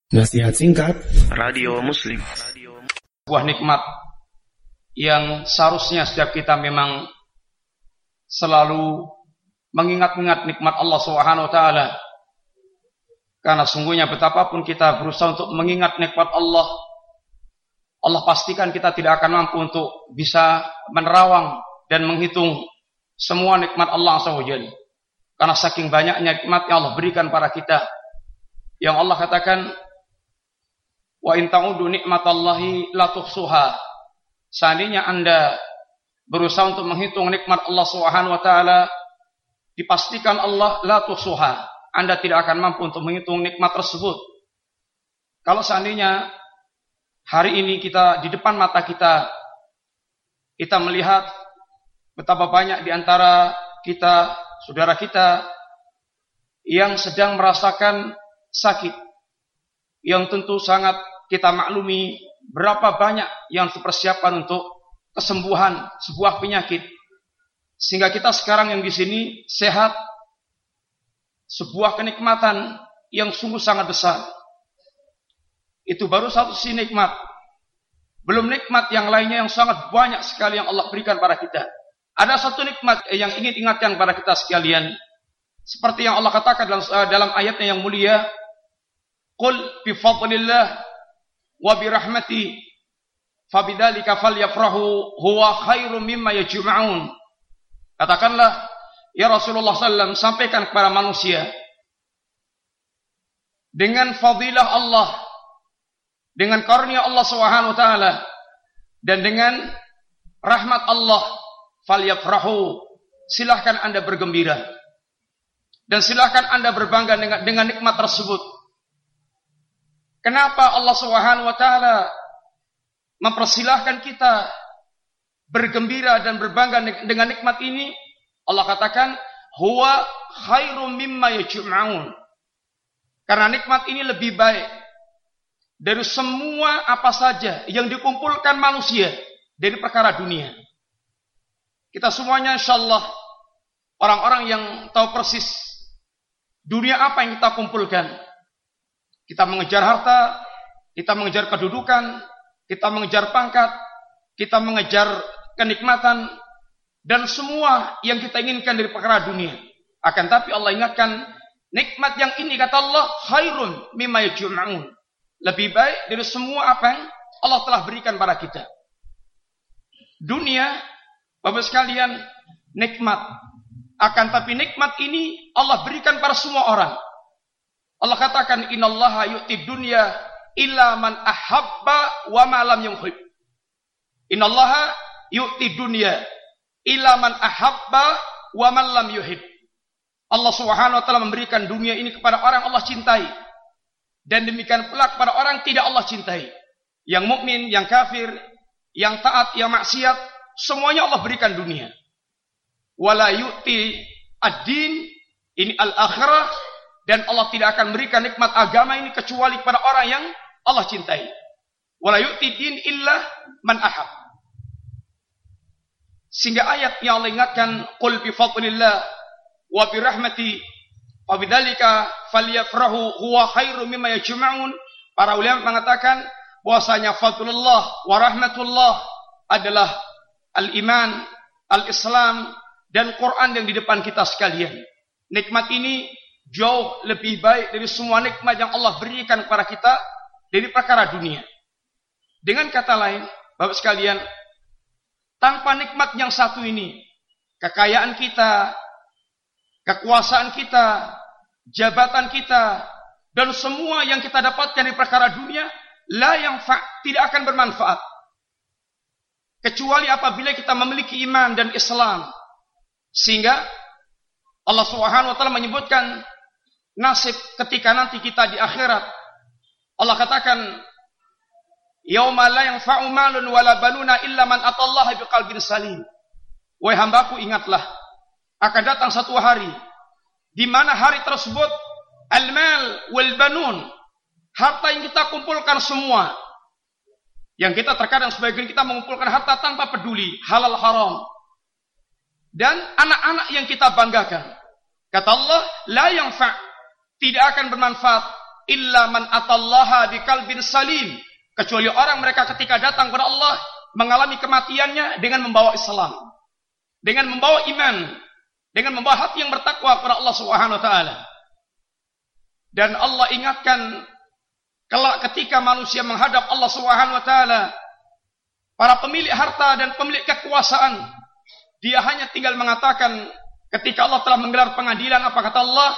Nasihat singkat Radio Muslim. Sebuah nikmat yang seharusnya setiap kita memang selalu mengingat-ingat nikmat Allah Subhanahu wa taala. Karena sungguhnya betapapun kita berusaha untuk mengingat nikmat Allah, Allah pastikan kita tidak akan mampu untuk bisa menerawang dan menghitung semua nikmat Allah Subhanahu wa taala. Karena saking banyaknya nikmat yang Allah berikan pada kita, yang Allah katakan, wa in ta'udu nikmatallahi la tuhsuha. Seandainya Anda berusaha untuk menghitung nikmat Allah Subhanahu wa taala, dipastikan Allah la tuhsuha. Anda tidak akan mampu untuk menghitung nikmat tersebut. Kalau seandainya hari ini kita di depan mata kita melihat betapa banyak di antara kita, saudara kita yang sedang merasakan sakit, yang tentu sangat kita maklumi berapa banyak yang dipersiapkan untuk kesembuhan sebuah penyakit, sehingga kita sekarang yang di sini sehat, sebuah kenikmatan yang sungguh sangat besar. Itu baru satu sisi nikmat, belum nikmat yang lainnya yang sangat banyak sekali yang Allah berikan pada kita. Ada satu nikmat yang ingin ingatkan pada kita sekalian, seperti yang Allah katakan dalam ayatnya yang mulia, qul bi fadlillah wa bi rahmati fabidzalika falyafrahu huwa khairum mimma yajma'un. Katakanlah ya Rasulullah sallallahu sampaikan kepada manusia, dengan fadilah Allah, dengan karunia Allah Subhanahu wa taala, dan dengan rahmat Allah, falyafrahu, silahkan Anda bergembira dan silahkan Anda berbangga dengan nikmat tersebut. Kenapa Allah Subhanahu wa taala mempersilahkan kita bergembira dan berbangga dengan nikmat ini? Allah katakan, huwa khairum mimma yajma'un. Karena nikmat ini lebih baik dari semua apa saja yang dikumpulkan manusia dari perkara dunia. Kita semuanya insyaallah orang-orang yang tahu persis dunia apa yang kita kumpulkan. Kita mengejar harta, kita mengejar kedudukan, kita mengejar pangkat, kita mengejar kenikmatan, dan semua yang kita inginkan dari perkara dunia. Akan tapi Allah ingatkan, nikmat yang ini kata Allah, khairun mimma yajma'un. Lebih baik dari semua apa yang Allah telah berikan pada kita. Dunia, Bapak sekalian, nikmat. Akan tapi nikmat ini Allah berikan pada semua orang. Allah katakan, innallaha yu'ti dunya illa man ahabba wa ma lam yuhib. Innallaha yu'ti dunya illa man ahabba wa man lam yuhib. Allah Subhanahu wa taala memberikan dunia ini kepada orang Allah cintai, dan demikian pula kepada orang tidak Allah cintai. Yang mukmin, yang kafir, yang taat, yang maksiat, semuanya Allah berikan dunia. Wala yu'ti ad-din, ini al-akhirah. Dan Allah tidak akan memberikan nikmat agama ini kecuali kepada orang yang Allah cintai. Wala yu'ti din illa man ahab. Sehingga ayat yang Allah ingatkan, qul bi fadlillah wa bi rahmati wa bidzalika falyafrahu huwa khairum mimma yajma'un. Para ulama mengatakan bahwasanya fadlullah wa rahmatullah adalah al-iman, al-islam, dan Quran yang di depan kita sekalian. Nikmat ini jauh lebih baik dari semua nikmat yang Allah berikan kepada kita dari perkara dunia. Dengan kata lain, Bapak sekalian, tanpa nikmat yang satu ini, kekayaan kita, kekuasaan kita, jabatan kita, dan semua yang kita dapatkan dari perkara dunia, la tidak akan bermanfaat. Kecuali apabila kita memiliki iman dan Islam. Sehingga Allah Subhanahu wa taala menyebutkan nasib ketika nanti kita di akhirat. Allah katakan, yauma la yanfa'u malun wala banuna illa man atallaha biqalbin salim. Wahai hambaku, ingatlah, akan datang satu hari di mana hari tersebut al-mal wal banun, harta yang kita kumpulkan semua. Yang kita terkadang sebagian kita mengumpulkan harta tanpa peduli halal haram. Dan anak-anak yang kita banggakan. Kata Allah, la yanfa', tidak akan bermanfaat illa man atallaha biqalbin salim, kecuali orang mereka ketika datang kepada Allah mengalami kematiannya dengan membawa Islam, dengan membawa iman, dengan membawa hati yang bertakwa kepada Allah Subhanahu wa taala. Dan Allah ingatkan kelak ketika manusia menghadap Allah Subhanahu wa taala, para pemilik harta dan pemilik kekuasaan, dia hanya tinggal mengatakan ketika Allah telah menggelar pengadilan, apa kata Allah?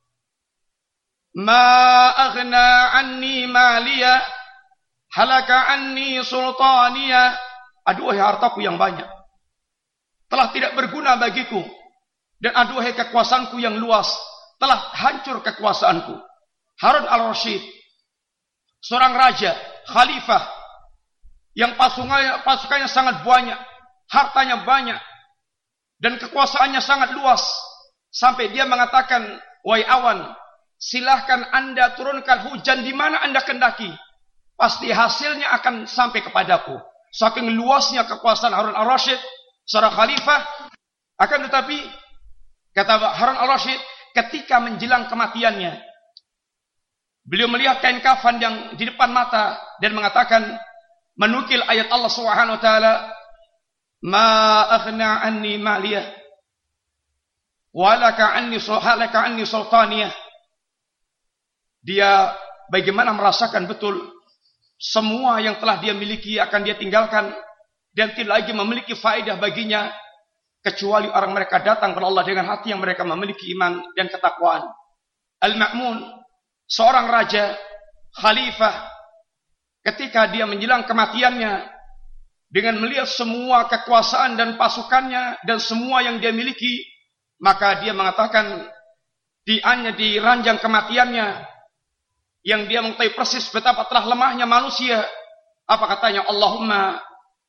Ma aghna anni maliya halaka anni sultaniya. Aduhai hartaku yang banyak telah tidak berguna bagiku, dan aduhai kekuasaanku yang luas telah hancur kekuasaanku. Harun al-Rasyid, seorang raja, khalifah yang pasukannya sangat banyak, hartanya banyak, dan kekuasaannya sangat luas, sampai dia mengatakan, wahai awan, silahkan anda turunkan hujan di mana anda kendaki, pasti hasilnya akan sampai kepadaku. Saking luasnya kekuasaan Harun al-Rasyid, seorang khalifah. Akan tetapi, kata Harun al-Rasyid, ketika menjelang kematiannya, beliau melihat kain kafan yang di depan mata dan mengatakan, menukil ayat Allah Subhanahu wa taala, ma aghna anni maliyah walaka anni sultaniyah. Dia bagaimana merasakan betul semua yang telah dia miliki akan dia tinggalkan dan tidak lagi memiliki faedah baginya, kecuali orang mereka datang kepada Allah dengan hati yang mereka memiliki iman dan ketakwaan. Al-Ma'mun, seorang raja, khalifah, ketika dia menjelang kematiannya, dengan melihat semua kekuasaan dan pasukannya dan semua yang dia miliki, maka dia mengatakan di ranjang kematiannya, yang dia mengetahui persis betapa telah lemahnya manusia, apa katanya? Allahumma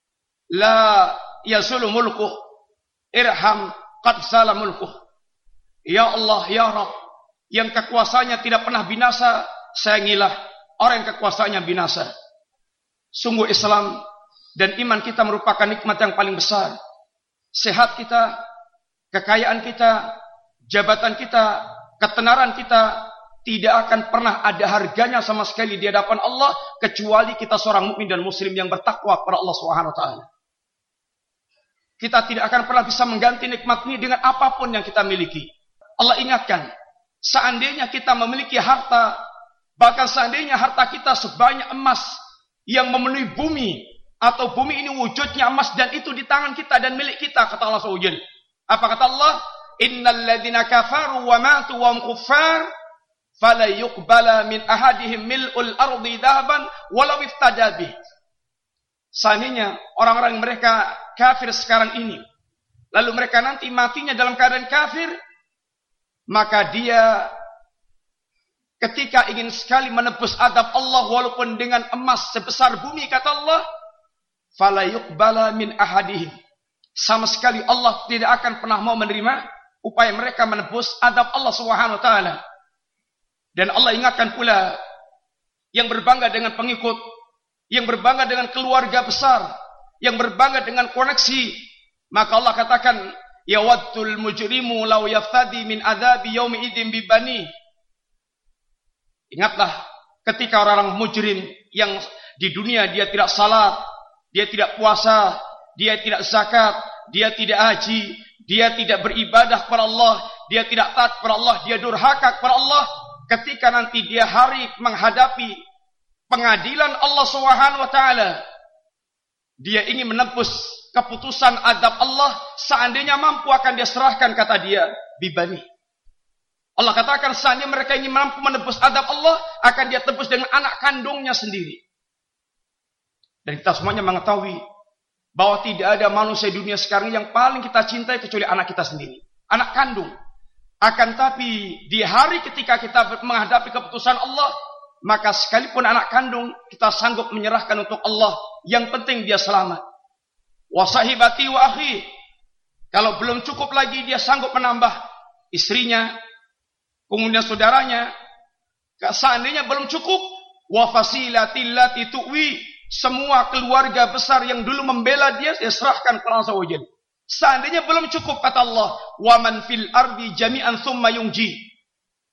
la yazulu mulkuh irham qad zala mulkuh. Ya Allah, ya Rabb, yang kekuasaannya tidak pernah binasa, sayangilah orang yang kekuasaannya binasa. Sungguh Islam dan iman kita merupakan nikmat yang paling besar. Sehat kita, kekayaan kita, jabatan kita, ketenaran kita tidak akan pernah ada harganya sama sekali di hadapan Allah, kecuali kita seorang mukmin dan muslim yang bertakwa kepada Allah Subhanahu wa taala. Kita tidak akan pernah bisa mengganti nikmat ini dengan apapun yang kita miliki. Allah ingatkan, seandainya kita memiliki harta, bahkan seandainya harta kita sebanyak emas yang memenuhi bumi, atau bumi ini wujudnya emas dan itu di tangan kita dan milik kita, kata Allah SWT. Apa kata Allah? Innal ladzina kafaru wa matu wa hum kuffar fala yuqbala min ahadihim mil'ul ardi dhahaban walau iftada bih. Seandainya orang-orang mereka kafir sekarang ini, lalu mereka nanti matinya dalam keadaan kafir, maka dia ketika ingin sekali menebus adab Allah walaupun dengan emas sebesar bumi, kata Allah, fala yuqbala min ahadihim, sama sekali Allah tidak akan pernah mau menerima upaya mereka menebus adab Allah Subhanahu wa taala. Dan Allah ingatkan pula yang berbangga dengan pengikut, yang berbangga dengan keluarga besar, yang berbangga dengan koneksi, maka Allah katakan, yawaddul mujrimu law yaftadi min adzabi yaumi idzin bibani. Ingatlah ketika orang-orang mujrim yang di dunia dia tidak salat, dia tidak puasa, dia tidak zakat, dia tidak haji, dia tidak beribadah kepada Allah, dia tidak taat kepada Allah, dia durhaka kepada Allah. Ketika nanti dia hari menghadapi pengadilan Allah Subhanahu wa taala, dia ingin menebus keputusan adab Allah, seandainya mampu akan dia serahkan, kata dia, bibani. Allah katakan seandainya mereka ingin mampu menebus adab Allah, akan dia tebus dengan anak kandungnya sendiri. Dan kita semuanya mengetahui bahwa tidak ada manusia di dunia sekarang yang paling kita cintai kecuali anak kita sendiri, anak kandung. Akan tapi di hari ketika kita menghadapi keputusan Allah, maka sekalipun anak kandung kita sanggup menyerahkan untuk Allah, yang penting dia selamat. Wa sahibati wa akhi, kalau belum cukup lagi dia sanggup menambah istrinya, kemudian saudaranya. Seandainya belum cukup, wa fasilati allati tuwi, semua keluarga besar yang dulu membela dia serahkan kepada Allah SWT. Seandainya belum cukup, kata Allah, wa man fil ardi jami'an thumma yunji,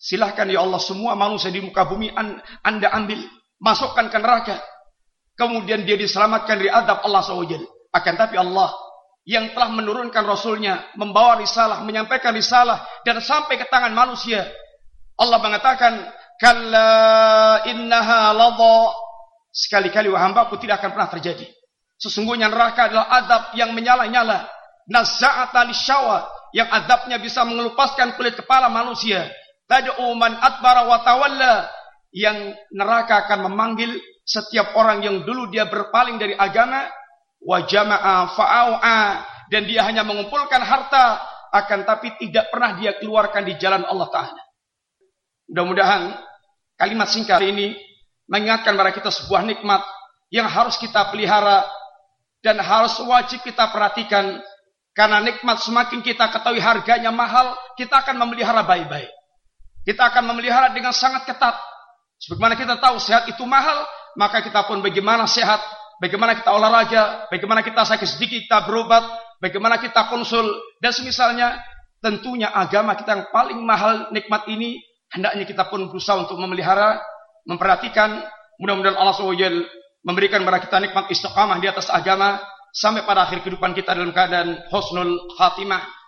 Silahkan ya Allah, semua manusia di muka bumi Anda ambil, masukkan ke neraka. Kemudian dia diselamatkan dari azab Allah SWT. Akan tapi Allah yang telah menurunkan Rasulnya, membawa risalah, menyampaikan risalah, dan sampai ke tangan manusia. Allah mengatakan, kalla innaha ladha. Sekali-kali wahai hambaku tidak akan pernah terjadi. Sesungguhnya neraka adalah azab yang menyala-nyala. Nazza'ata lisyawa, yang azabnya bisa mengelupaskan kulit kepala manusia. Tad'u man adbara wa tawalla, yang neraka akan memanggil setiap orang yang dulu dia berpaling dari agama. Wa jama'a fa'au'a, dan dia hanya mengumpulkan harta, akan tapi tidak pernah dia keluarkan di jalan Allah Ta'ala. Mudah-mudahan kalimat singkat ini mengingatkan kepada kita sebuah nikmat yang harus kita pelihara dan harus wajib kita perhatikan. Karena nikmat semakin kita ketahui harganya mahal, kita akan memelihara baik-baik. Kita akan memelihara dengan sangat ketat. Sebagaimana kita tahu sehat itu mahal, maka kita pun bagaimana sehat, bagaimana kita olahraga, bagaimana kita sakit sedikit kita berobat, bagaimana kita konsul, dan semisalnya. Tentunya agama kita yang paling mahal nikmat ini, hendaknya kita pun berusaha untuk memelihara, memperhatikan. Mudah-mudahan Allah SWT memberikan kepada kita nikmat istiqamah di atas agama sampai pada akhir kehidupan kita dalam keadaan husnul khatimah.